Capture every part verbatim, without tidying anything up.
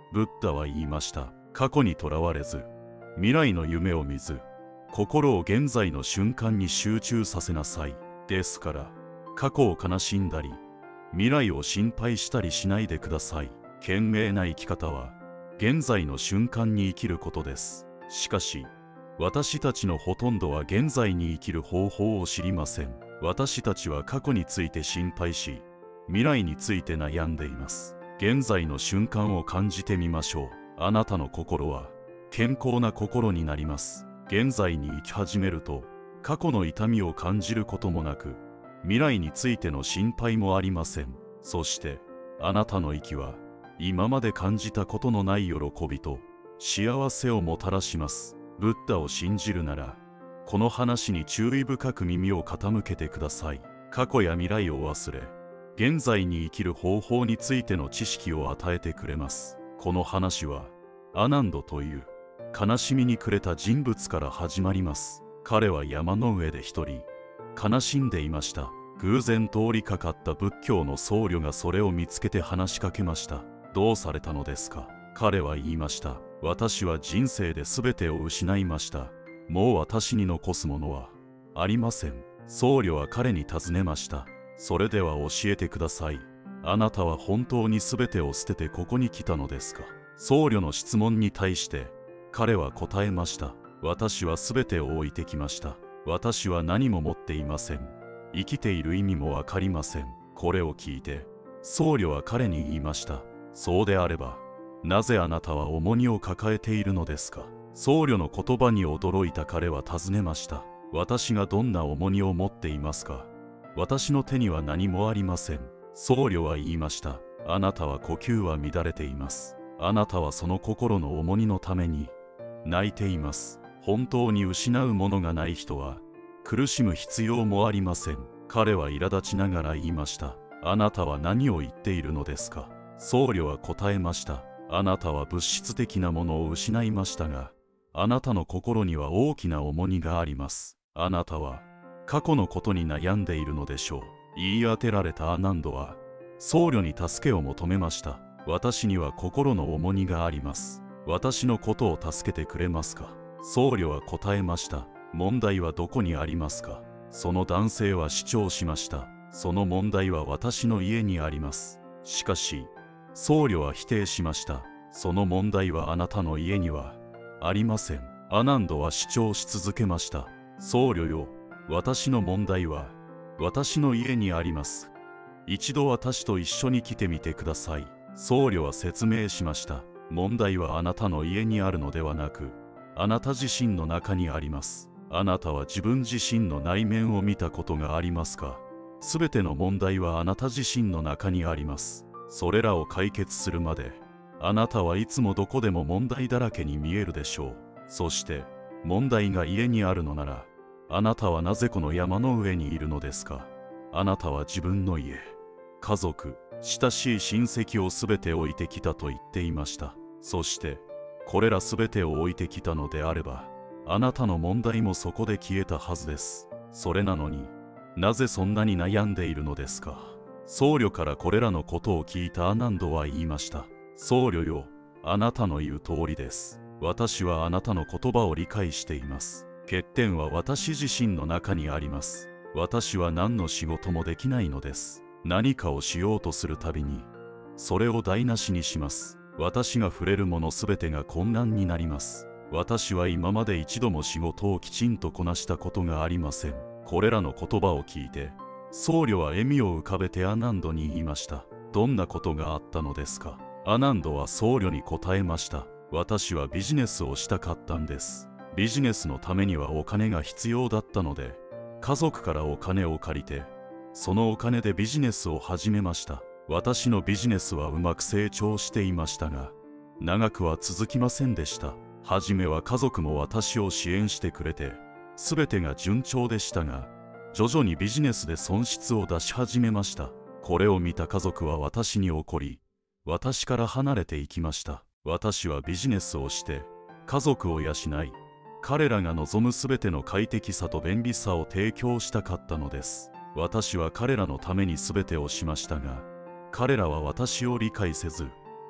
ブッダは言いました。過去にとらわれず、未来の夢を見ず、心を現在の瞬間に集中させなさい。ですから、過去を悲しんだり、未来を心配したりしないでください。賢明な生き方は、現在の瞬間に生きることです。しかし、私たちのほとんどは現在に生きる方法を知りません。私たちは過去について心配し、未来について悩んでいます。現在の瞬間を感じてみましょう。あなたの心は健康な心になります。現在に生き始めると、過去の痛みを感じることもなく、未来についての心配もありません。そして、あなたの息は、今まで感じたことのない喜びと幸せをもたらします。ブッダを信じるなら、この話に注意深く耳を傾けてください。過去や未来を忘れ、現在に生きる方法についての知識を与えてくれます。この話は、アナンドという悲しみに暮れた人物から始まります。彼は山の上で一人、悲しんでいました。偶然通りかかった仏教の僧侶がそれを見つけて話しかけました。どうされたのですか？彼は言いました。私は人生で全てを失いました。もう私に残すものはありません。僧侶は彼に尋ねました。それでは教えてください。あなたは本当に全てを捨ててここに来たのですか？僧侶の質問に対して彼は答えました。私は全てを置いてきました。私は何も持っていません。生きている意味もわかりません。これを聞いて僧侶は彼に言いました。そうであれば、なぜあなたは重荷を抱えているのですか？僧侶の言葉に驚いた彼は尋ねました。私がどんな重荷を持っていますか？私の手には何もありません。僧侶は言いました。あなたは呼吸は乱れています。あなたはその心の重荷のために泣いています。本当に失うものがない人は苦しむ必要もありません。彼は苛立ちながら言いました。あなたは何を言っているのですか？僧侶は答えました。あなたは物質的なものを失いましたが、あなたの心には大きな重荷があります。あなたは過去のことに悩んでいるのでしょう。言い当てられたアナンドは僧侶に助けを求めました。私には心の重荷があります。私のことを助けてくれますか？僧侶は答えました。問題はどこにありますか？その男性は主張しました。その問題は私の家にあります。しかし、僧侶は否定しました。その問題はあなたの家にはありません。アナンドは主張し続けました。僧侶よ、私の問題は私の家にあります。一度私と一緒に来てみてください。僧侶は説明しました。問題はあなたの家にあるのではなく、あなた自身の中にあります。あなたは自分自身の内面を見たことがありますか？すべての問題はあなた自身の中にあります。それらを解決するまで、あなたはいつもどこでも問題だらけに見えるでしょう。そして、問題が家にあるのなら、あなたはなぜこの山の上にいるのですか？あなたは自分の家、家族、親しい親戚をすべて置いてきたと言っていました。そして、これらすべてを置いてきたのであれば、あなたの問題もそこで消えたはずです。それなのに、なぜそんなに悩んでいるのですか？僧侶からこれらのことを聞いたアナンドは言いました。僧侶よ、あなたの言う通りです。私はあなたの言葉を理解しています。欠点は私自身の中にあります。私は何の仕事もできないのです。何かをしようとするたびに、それを台無しにします。私が触れるものすべてが困難になります。私は今まで一度も仕事をきちんとこなしたことがありません。これらの言葉を聞いて、僧侶は笑みを浮かべてアナンドに言いました。どんなことがあったのですか？アナンドは僧侶に答えました。私はビジネスをしたかったんです。ビジネスのためにはお金が必要だったので、家族からお金を借りて、そのお金でビジネスを始めました。私のビジネスはうまく成長していましたが、長くは続きませんでした。はじめは家族も私を支援してくれて、すべてが順調でしたが、徐々にビジネスで損失を出し始めました。これを見た家族は私に怒り、私から離れていきました。私はビジネスをして、家族を養い、彼らが望むすべての快適さと便利さを提供したかったのです。私は彼らのためにすべてをしましたが、彼らは私を理解せず、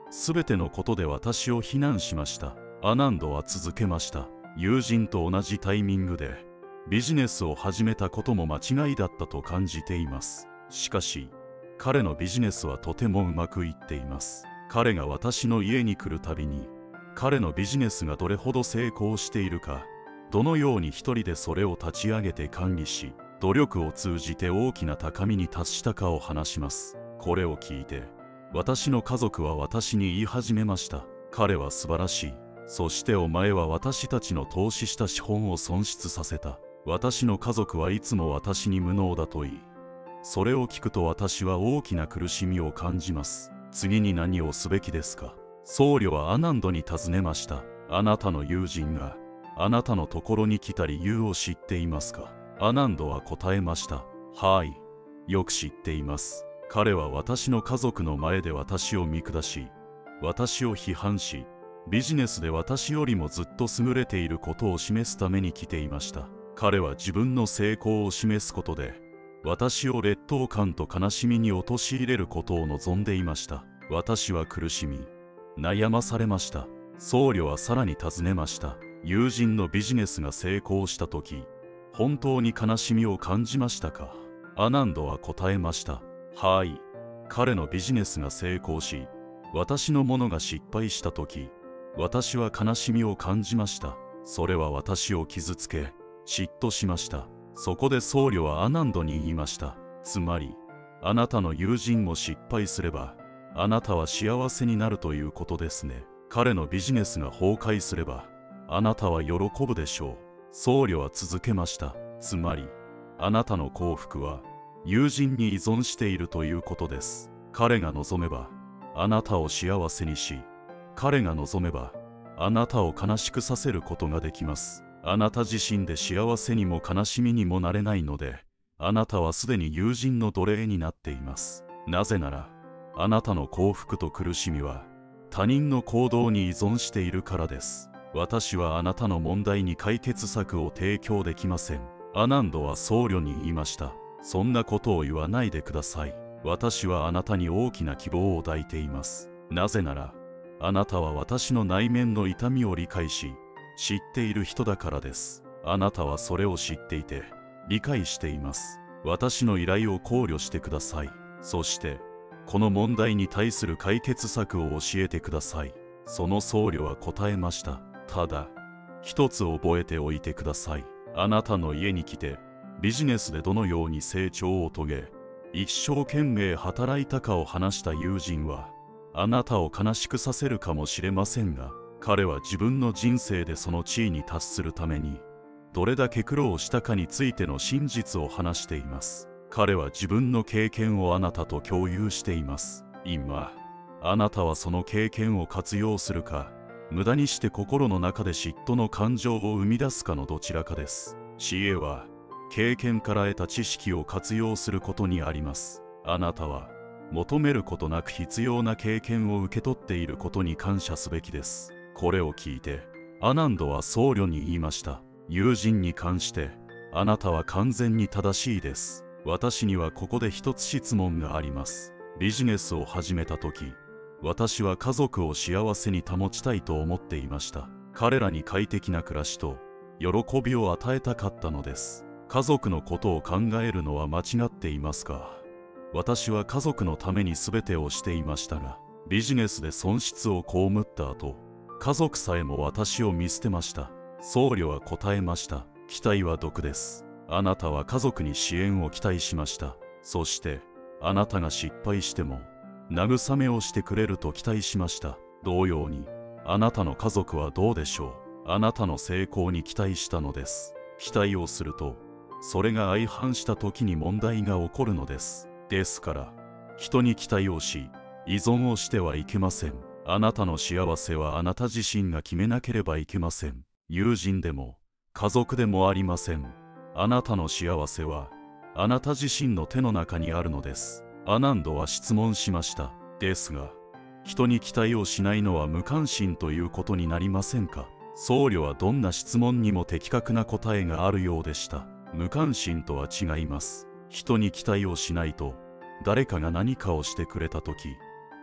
すべてのことで私を非難しました。アナンドは続けました。友人と同じタイミングでビジネスを始めたことも間違いだったと感じています。しかし、彼のビジネスはとてもうまくいっています。彼が私の家に来るたびに、彼のビジネスがどれほど成功しているか、どのように一人でそれを立ち上げて管理し、努力を通じて大きな高みに達したかを話します。これを聞いて、私の家族は私に言い始めました。彼は素晴らしい。そしてお前は私たちの投資した資本を損失させた。私の家族はいつも私に無能だと言い、それを聞くと私は大きな苦しみを感じます。次に何をすべきですか？僧侶はアナンドに尋ねました。あなたの友人があなたのところに来た理由を知っていますか？アナンドは答えました。はい、よく知っています。彼は私の家族の前で私を見下し、私を批判し、ビジネスで私よりもずっと優れていることを示すために来ていました。彼は自分の成功を示すことで、私を劣等感と悲しみに陥れることを望んでいました。私は苦しみ、悩まされました。僧侶はさらに尋ねました。友人のビジネスが成功したとき、本当に悲しみを感じましたか？アナンドは答えました。はい。彼のビジネスが成功し、私のものが失敗したとき、私は悲しみを感じました。それは私を傷つけ、嫉妬しました。そこで僧侶はアナンドに言いました。つまり、あなたの友人も失敗すれば、あなたは幸せになるということですね。彼のビジネスが崩壊すれば、あなたは喜ぶでしょう。僧侶は続けました。つまり、あなたの幸福は、友人に依存しているということです。彼が望めば、あなたを幸せにし、彼が望めば、あなたを悲しくさせることができます。あなた自身で幸せにも悲しみにもなれないので、あなたはすでに友人の奴隷になっています。なぜなら、あなたの幸福と苦しみは、他人の行動に依存しているからです。私はあなたの問題に解決策を提供できません。アナンドは僧侶に言いました。そんなことを言わないでください。私はあなたに大きな希望を抱いています。なぜなら、あなたは私の内面の痛みを理解し、知っている人だからです。あなたはそれを知っていて、理解しています。私の依頼を考慮してください。そして、この問題に対する解決策を教えてください。その僧侶は答えました。ただ、一つ覚えておいてください。あなたの家に来て、ビジネスでどのように成長を遂げ、一生懸命働いたかを話した友人は、あなたを悲しくさせるかもしれませんが、彼は自分の人生でその地位に達するために、どれだけ苦労したかについての真実を話しています。彼は自分の経験をあなたと共有しています。今、あなたはその経験を活用するか、無駄にして心の中で嫉妬の感情を生み出すかのどちらかです。知恵は、経験から得た知識を活用することにあります。あなたは、求めることなく必要な経験を受け取っていることに感謝すべきです。これを聞いて、アナンドは僧侶に言いました。友人に関して、あなたは完全に正しいです。私にはここで一つ質問があります。ビジネスを始めたとき、私は家族を幸せに保ちたいと思っていました。彼らに快適な暮らしと喜びを与えたかったのです。家族のことを考えるのは間違っていますか？私は家族のために全てをしていましたが、ビジネスで損失を被った後、家族さえも私を見捨てました。僧侶は答えました。期待は毒です。あなたは家族に支援を期待しました。そして、あなたが失敗しても、慰めをしてくれると期待しました。同様に、あなたの家族はどうでしょう？あなたの成功に期待したのです。期待をすると、それが相反した時に問題が起こるのです。ですから、人に期待をし、依存をしてはいけません。あなたの幸せはあなた自身が決めなければいけません。友人でも、家族でもありません。あなたの幸せは、あなた自身の手の中にあるのです。アナンドは質問しました。ですが、人に期待をしないのは無関心ということになりませんか？僧侶はどんな質問にも的確な答えがあるようでした。無関心とは違います。人に期待をしないと、誰かが何かをしてくれたとき、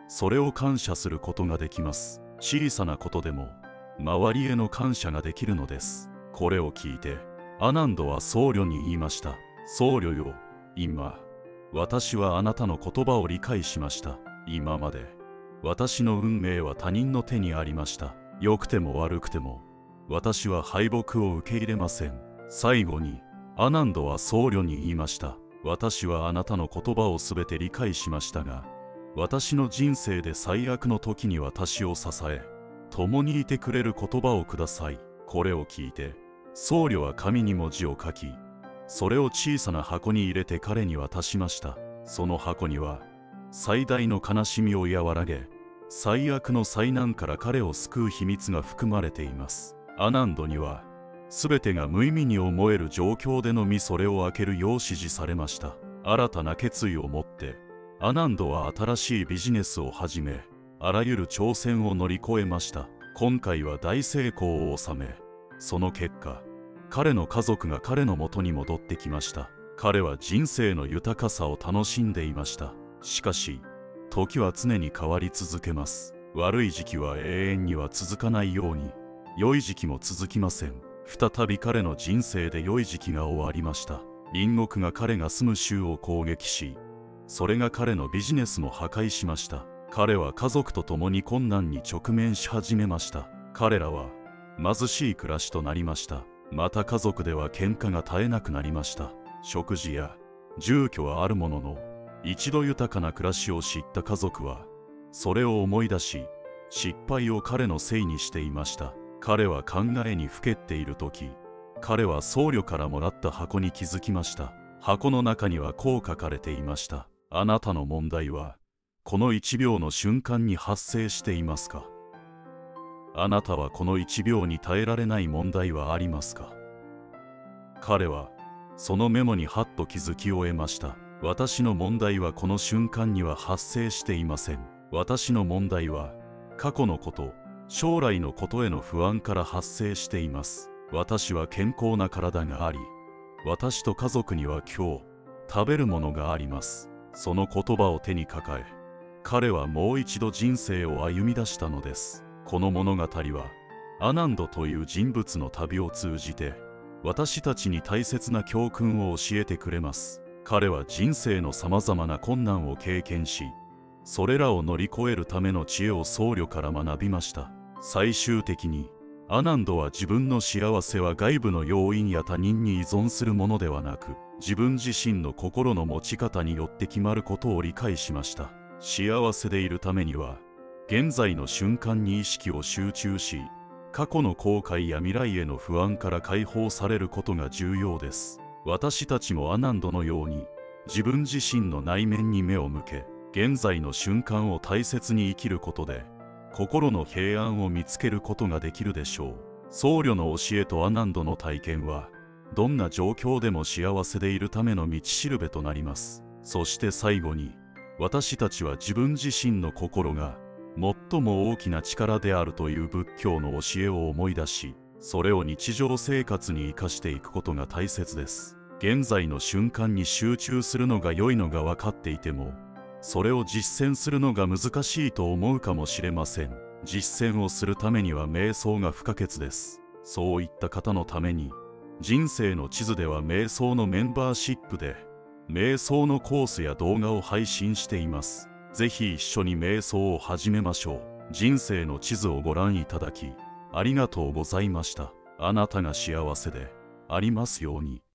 それを感謝することができます。小さなことでも周りへの感謝ができるのです。これを聞いてアナンドは僧侶に言いました。僧侶よ、今私はあなたの言葉を理解しました。今まで私の運命は他人の手にありました。良くても悪くても私は敗北を受け入れません。最後にアナンドは僧侶に言いました。私はあなたの言葉をすべて理解しましたが、私の人生で最悪の時に私を支え共にいてくれる言葉をください。これを聞いて僧侶は紙に文字を書き、それを小さな箱に入れて彼に渡しました。その箱には最大の悲しみを和らげ、最悪の災難から彼を救う秘密が含まれています。アナンドには全てが無意味に思える状況でのみそれを開けるよう指示されました。新たな決意を持ってアナンドは新しいビジネスを始め、あらゆる挑戦を乗り越えました。今回は大成功を収め、その結果彼の家族が彼の元に戻ってきました。彼は人生の豊かさを楽しんでいました。しかし時は常に変わり続けます。悪い時期は永遠には続かないように、良い時期も続きません。再び彼の人生で良い時期が終わりました。隣国が彼が住む州を攻撃し、それが彼のビジネスも破壊しました。彼は家族と共に困難に直面し始めました。彼らは貧しい暮らしとなりました。また家族では喧嘩が絶えなくなりました。食事や住居はあるものの、一度豊かな暮らしを知った家族はそれを思い出し、失敗を彼のせいにしていました。彼は考えにふけっている時、彼は僧侶からもらった箱に気づきました。箱の中にはこう書かれていました。あなたの問題はこの一秒の瞬間に発生していますか？あなたはこの一秒に耐えられない問題はありますか？彼はそのメモにはっと気づきを得ました。私の問題はこの瞬間には発生していません。私の問題は過去のこと、将来のことへの不安から発生しています。私は健康な体があり、私と家族には今日食べるものがあります。その言葉を手に抱え、彼はもう一度人生を歩み出したのです。この物語はアナンドという人物の旅を通じて私たちに大切な教訓を教えてくれます。彼は人生のさまざまな困難を経験し、それらを乗り越えるための知恵を僧侶から学びました。最終的にアナンドは自分の幸せは外部の要因や他人に依存するものではなく、自分自身の心の持ち方によって決まることを理解しました。幸せでいるためには現在の瞬間に意識を集中し、過去の後悔や未来への不安から解放されることが重要です。私たちもアナンドのように自分自身の内面に目を向け、現在の瞬間を大切に生きることで心の平安を見つけることができるでしょう。僧侶の教えとアナンドの体験はどんな状況でも幸せでいるための道しるべとなります。そして最後に、私たちは自分自身の心が最も大きな力であるという仏教の教えを思い出し、それを日常生活に生かしていくことが大切です。現在の瞬間に集中するのが良いのが分かっていても、それを実践するのが難しいと思うかもしれません。実践をするためには瞑想が不可欠です。そういった方のために、人生の地図では瞑想のメンバーシップで瞑想のコースや動画を配信しています。ぜひ一緒に瞑想を始めましょう。人生の地図をご覧いただきありがとうございました。あなたが幸せでありますように。